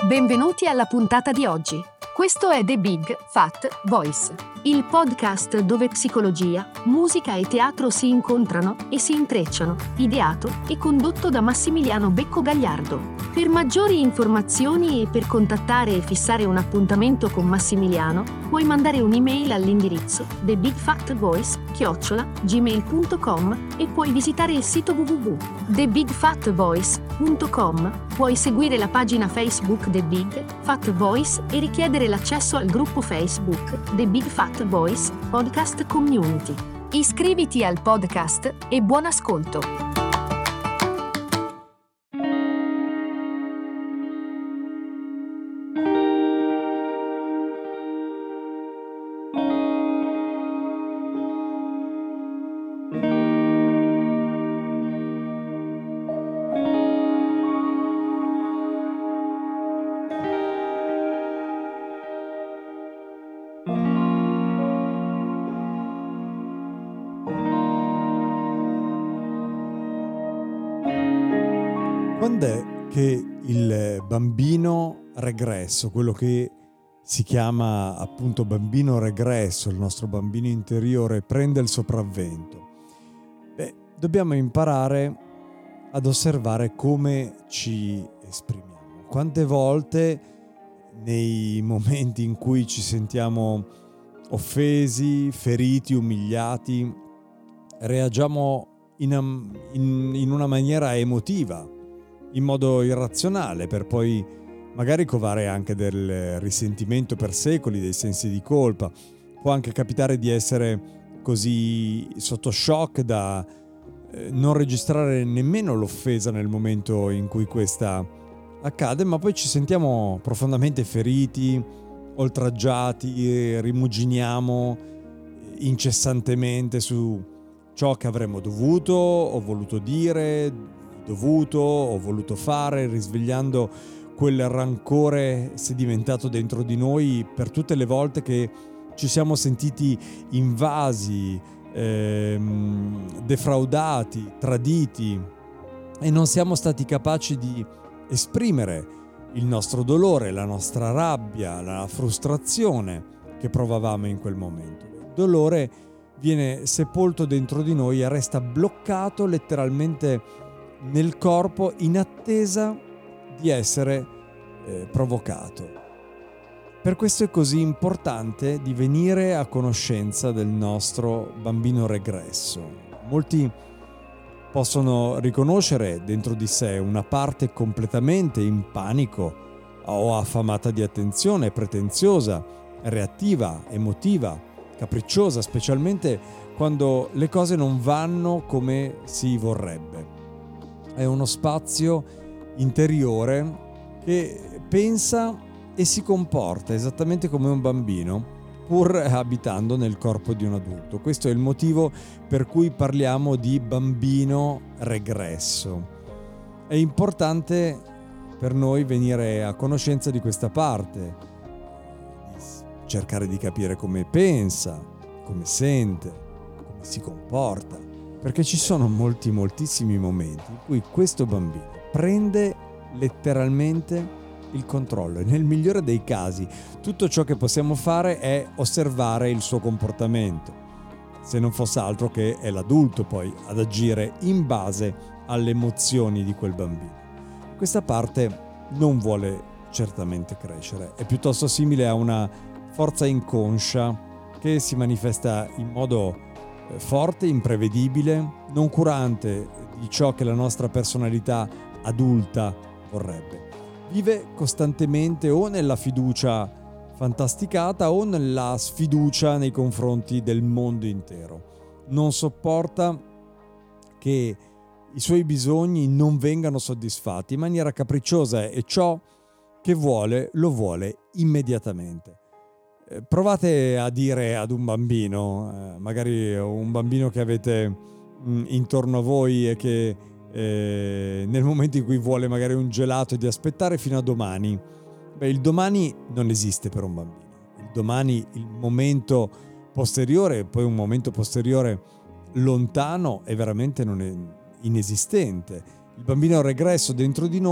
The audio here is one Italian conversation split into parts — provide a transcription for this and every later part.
Benvenuti alla puntata di oggi. Questo è The Big Fat Voice, il podcast dove psicologia, musica e teatro si incontrano e si intrecciano, ideato e condotto da Massimiliano Becco Gagliardo. Per maggiori informazioni e per contattare e fissare un appuntamento con Massimiliano, puoi mandare un'email all'indirizzo thebigfatvoice@gmail.com e puoi visitare il sito www.thebigfatvoice.com. Puoi seguire la pagina Facebook The Big Fat Voice e richiedere l'accesso al gruppo Facebook The Big Fat Voice Podcast Community. Iscriviti al podcast e buon ascolto! Quando è che il bambino regresso, quello che si chiama appunto bambino regresso, il nostro bambino interiore, prende il sopravvento? Dobbiamo imparare ad osservare come ci esprimiamo. Quante volte nei momenti in cui ci sentiamo offesi, feriti, umiliati, reagiamo in una maniera emotiva, in modo irrazionale, per poi magari covare anche del risentimento per secoli, dei sensi di colpa. Può anche capitare di essere così sotto shock da non registrare nemmeno l'offesa nel momento in cui questa accade, ma poi ci sentiamo profondamente feriti, oltraggiati, rimuginiamo incessantemente su ciò che avremmo dovuto o voluto dire, ho voluto fare, risvegliando quel rancore sedimentato dentro di noi per tutte le volte che ci siamo sentiti invasi, defraudati, traditi e non siamo stati capaci di esprimere il nostro dolore, la nostra rabbia, la frustrazione che provavamo in quel momento. Il dolore viene sepolto dentro di noi e resta bloccato letteralmente nel corpo in attesa di essere provocato. Per questo è così importante di venire a conoscenza del nostro bambino regresso. Molti possono riconoscere dentro di sé una parte completamente in panico o affamata di attenzione, pretenziosa, reattiva, emotiva, capricciosa, specialmente quando le cose non vanno come si vorrebbe. È uno spazio interiore che pensa e si comporta esattamente come un bambino, pur abitando nel corpo di un adulto. Questo è il motivo per cui parliamo di bambino regresso. È importante per noi venire a conoscenza di questa parte, cercare di capire come pensa, come sente, come si comporta. Perché ci sono moltissimi momenti in cui questo bambino prende letteralmente il controllo e nel migliore dei casi tutto ciò che possiamo fare è osservare il suo comportamento, se non fosse altro che è l'adulto poi ad agire in base alle emozioni di quel bambino. Questa parte non vuole certamente crescere, è piuttosto simile a una forza inconscia che si manifesta in modo forte, imprevedibile, non curante di ciò che la nostra personalità adulta vorrebbe. Vive costantemente o nella fiducia fantasticata o nella sfiducia nei confronti del mondo intero. Non sopporta che i suoi bisogni non vengano soddisfatti in maniera capricciosa e ciò che vuole lo vuole immediatamente. Provate a dire ad un bambino, magari un bambino che avete intorno a voi e che nel momento in cui vuole magari un gelato di aspettare fino a domani. Il domani non esiste per un bambino. Il domani, il momento posteriore, poi un momento posteriore lontano, è veramente non è inesistente. Il bambino regresso dentro di noi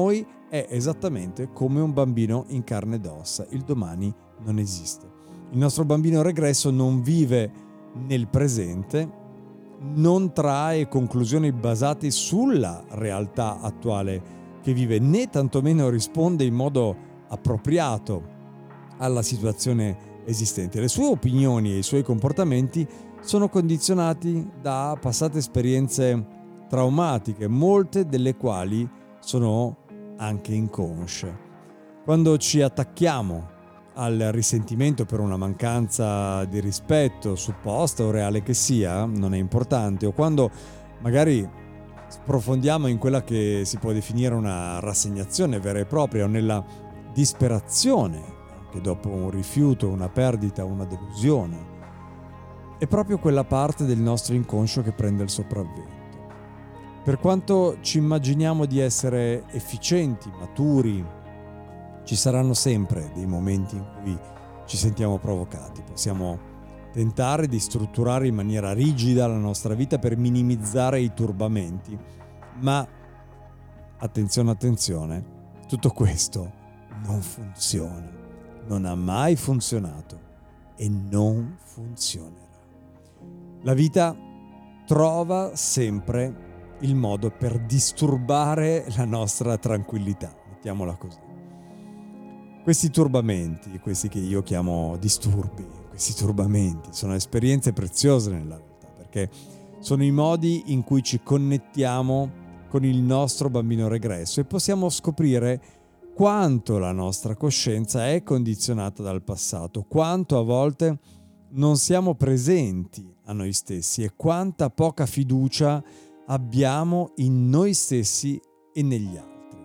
è esattamente come un bambino in carne ed ossa. Il domani non esiste. Il nostro bambino regresso non vive nel presente, non trae conclusioni basate sulla realtà attuale che vive, né tantomeno risponde in modo appropriato alla situazione esistente. Le sue opinioni e i suoi comportamenti sono condizionati da passate esperienze traumatiche, molte delle quali sono anche inconsce. Quando ci attacchiamo al risentimento per una mancanza di rispetto, supposta o reale che sia, non è importante, o quando magari sprofondiamo in quella che si può definire una rassegnazione vera e propria, o nella disperazione, anche dopo un rifiuto, una perdita, una delusione, è proprio quella parte del nostro inconscio che prende il sopravvento. Per quanto ci immaginiamo di essere efficienti, maturi, ci saranno sempre dei momenti in cui ci sentiamo provocati. Possiamo tentare di strutturare in maniera rigida la nostra vita per minimizzare i turbamenti, ma attenzione, tutto questo non funziona, non ha mai funzionato e non funzionerà. La vita trova sempre il modo per disturbare la nostra tranquillità, mettiamola così. Questi turbamenti, questi che io chiamo disturbi, questi turbamenti sono esperienze preziose nella realtà, perché sono i modi in cui ci connettiamo con il nostro bambino regresso e possiamo scoprire quanto la nostra coscienza è condizionata dal passato, quanto a volte non siamo presenti a noi stessi e quanta poca fiducia abbiamo in noi stessi e negli altri.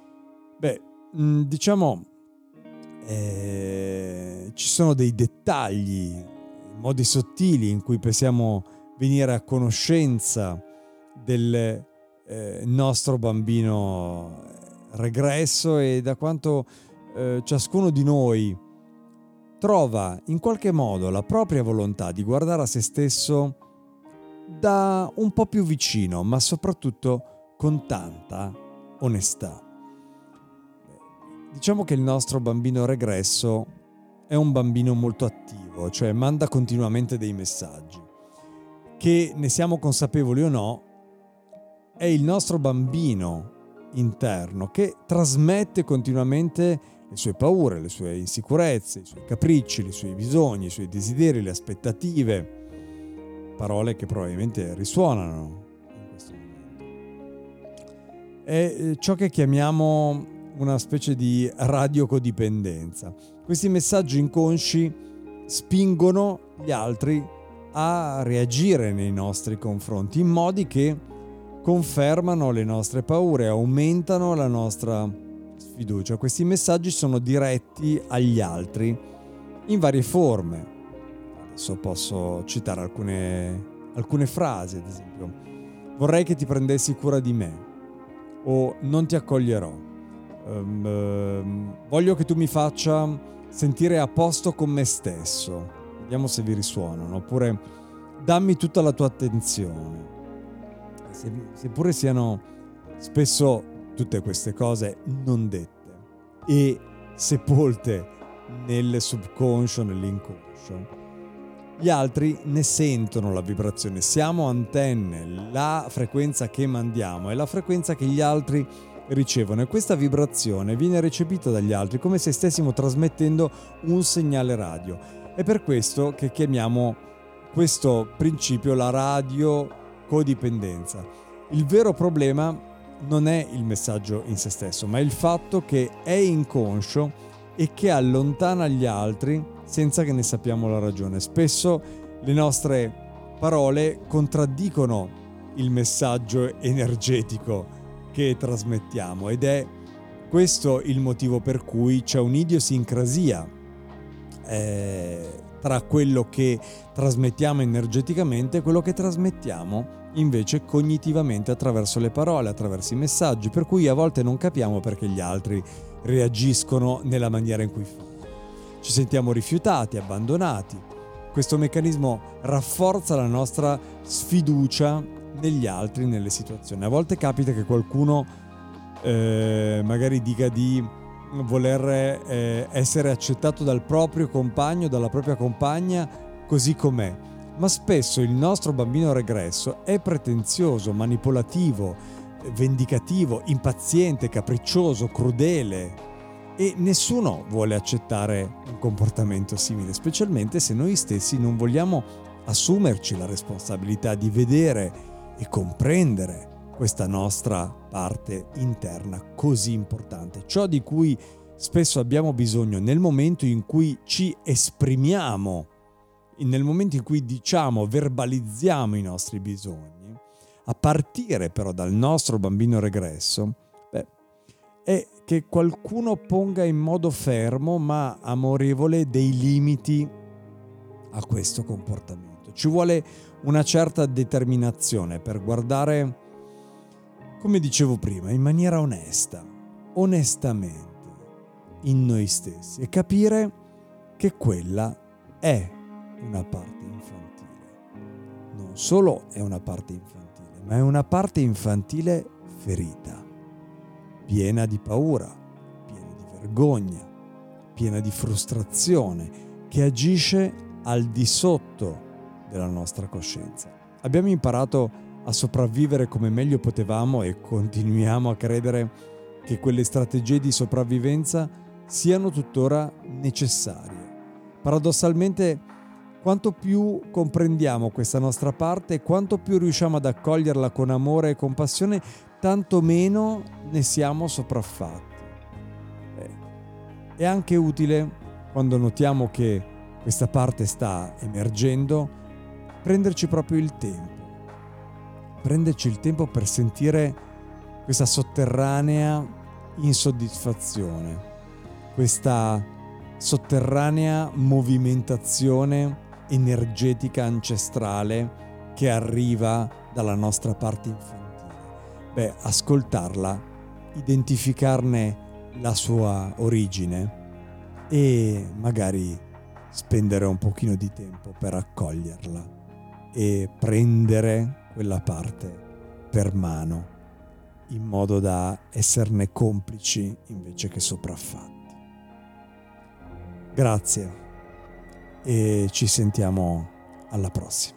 Ci sono dei dettagli, modi sottili in cui possiamo venire a conoscenza del nostro bambino regresso e da quanto ciascuno di noi trova in qualche modo la propria volontà di guardare a se stesso da un po' più vicino, ma soprattutto con tanta onestà. Diciamo che il nostro bambino regresso è un bambino molto attivo, cioè manda continuamente dei messaggi. Che ne siamo consapevoli o no, è il nostro bambino interno che trasmette continuamente le sue paure, le sue insicurezze, i suoi capricci, i suoi bisogni, i suoi desideri, le aspettative. Parole che probabilmente risuonano in questo momento. È ciò che chiamiamo una specie di radiocodipendenza. Questi messaggi inconsci spingono gli altri a reagire nei nostri confronti in modi che confermano le nostre paure, aumentano la nostra sfiducia. Questi messaggi sono diretti agli altri in varie forme. Adesso posso citare alcune frasi, ad esempio: vorrei che ti prendessi cura di me, o non ti accoglierò, voglio che tu mi faccia sentire a posto con me stesso, vediamo se vi risuonano, oppure dammi tutta la tua attenzione. Seppure siano spesso tutte queste cose non dette e sepolte nel subconscio, nell'inconscio, gli altri ne sentono la vibrazione. Siamo antenne, la frequenza che mandiamo è la frequenza che gli altri ricevono e questa vibrazione viene recepita dagli altri come se stessimo trasmettendo un segnale radio. È per questo che chiamiamo questo principio la radiocodipendenza. Il vero problema non è il messaggio in se stesso, ma il fatto che è inconscio e che allontana gli altri senza che ne sappiamo la ragione. Spesso le nostre parole contraddicono il messaggio energetico che trasmettiamo ed è questo il motivo per cui c'è un'idiosincrasia tra quello che trasmettiamo energeticamente e quello che trasmettiamo invece cognitivamente attraverso le parole, attraverso i messaggi, per cui a volte non capiamo perché gli altri reagiscono nella maniera in cui fanno. Ci sentiamo rifiutati, abbandonati. Questo meccanismo rafforza la nostra sfiducia negli altri, nelle situazioni. A volte capita che qualcuno magari dica di voler essere accettato dal proprio compagno, dalla propria compagna così com'è, ma spesso il nostro bambino regresso è pretenzioso, manipolativo, vendicativo, impaziente, capriccioso, crudele, e nessuno vuole accettare un comportamento simile, specialmente se noi stessi non vogliamo assumerci la responsabilità di vedere e comprendere questa nostra parte interna così importante, ciò di cui spesso abbiamo bisogno nel momento in cui ci esprimiamo, nel momento in cui diciamo, verbalizziamo i nostri bisogni, a partire però dal nostro bambino regresso, è che qualcuno ponga in modo fermo ma amorevole dei limiti a questo comportamento. Ci vuole una certa determinazione per guardare, come dicevo prima, in maniera onestamente, in noi stessi e capire che quella è una parte infantile. Non solo è una parte infantile, ma è una parte infantile ferita, piena di paura, piena di vergogna, piena di frustrazione, che agisce al di sotto della nostra coscienza. Abbiamo imparato a sopravvivere come meglio potevamo e continuiamo a credere che quelle strategie di sopravvivenza siano tuttora necessarie. Paradossalmente, quanto più comprendiamo questa nostra parte e quanto più riusciamo ad accoglierla con amore e compassione, tanto meno ne siamo sopraffatti. È anche utile, quando notiamo che questa parte sta emergendo, prenderci proprio il tempo. Prenderci il tempo per sentire questa sotterranea insoddisfazione, questa sotterranea movimentazione energetica ancestrale che arriva dalla nostra parte infantile. Ascoltarla, identificarne la sua origine e magari spendere un pochino di tempo per accoglierla e prendere quella parte per mano in modo da esserne complici invece che sopraffatti. Grazie e ci sentiamo alla prossima.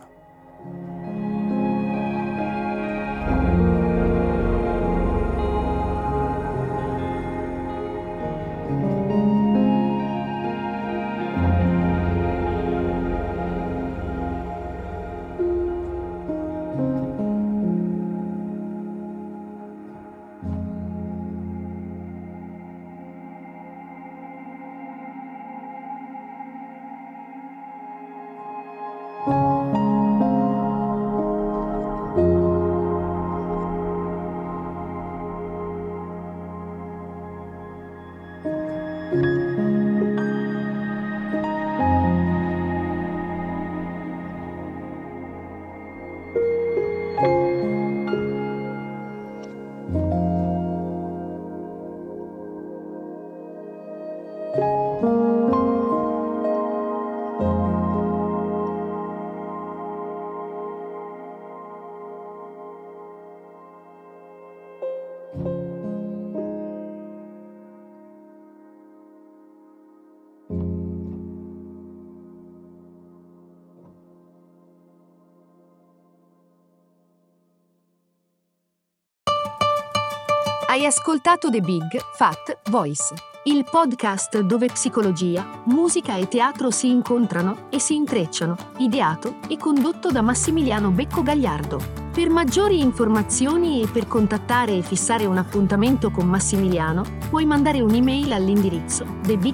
Hai ascoltato The Big Fat Voice, il podcast dove psicologia, musica e teatro si incontrano e si intrecciano, ideato e condotto da Massimiliano Becco Gagliardo. Per maggiori informazioni e per contattare e fissare un appuntamento con Massimiliano, puoi mandare un'email all'indirizzo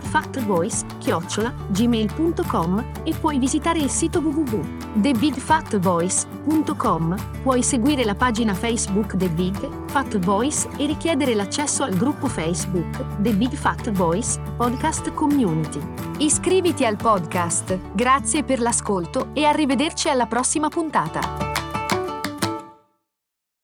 thebigfatvoice@gmail.com e puoi visitare il sito www.thebigfatvoice.com. Puoi seguire la pagina Facebook The Big Fat Voice e richiedere l'accesso al gruppo Facebook The Big Fat Voice Podcast Community. Iscriviti al podcast. Grazie per l'ascolto e arrivederci alla prossima puntata.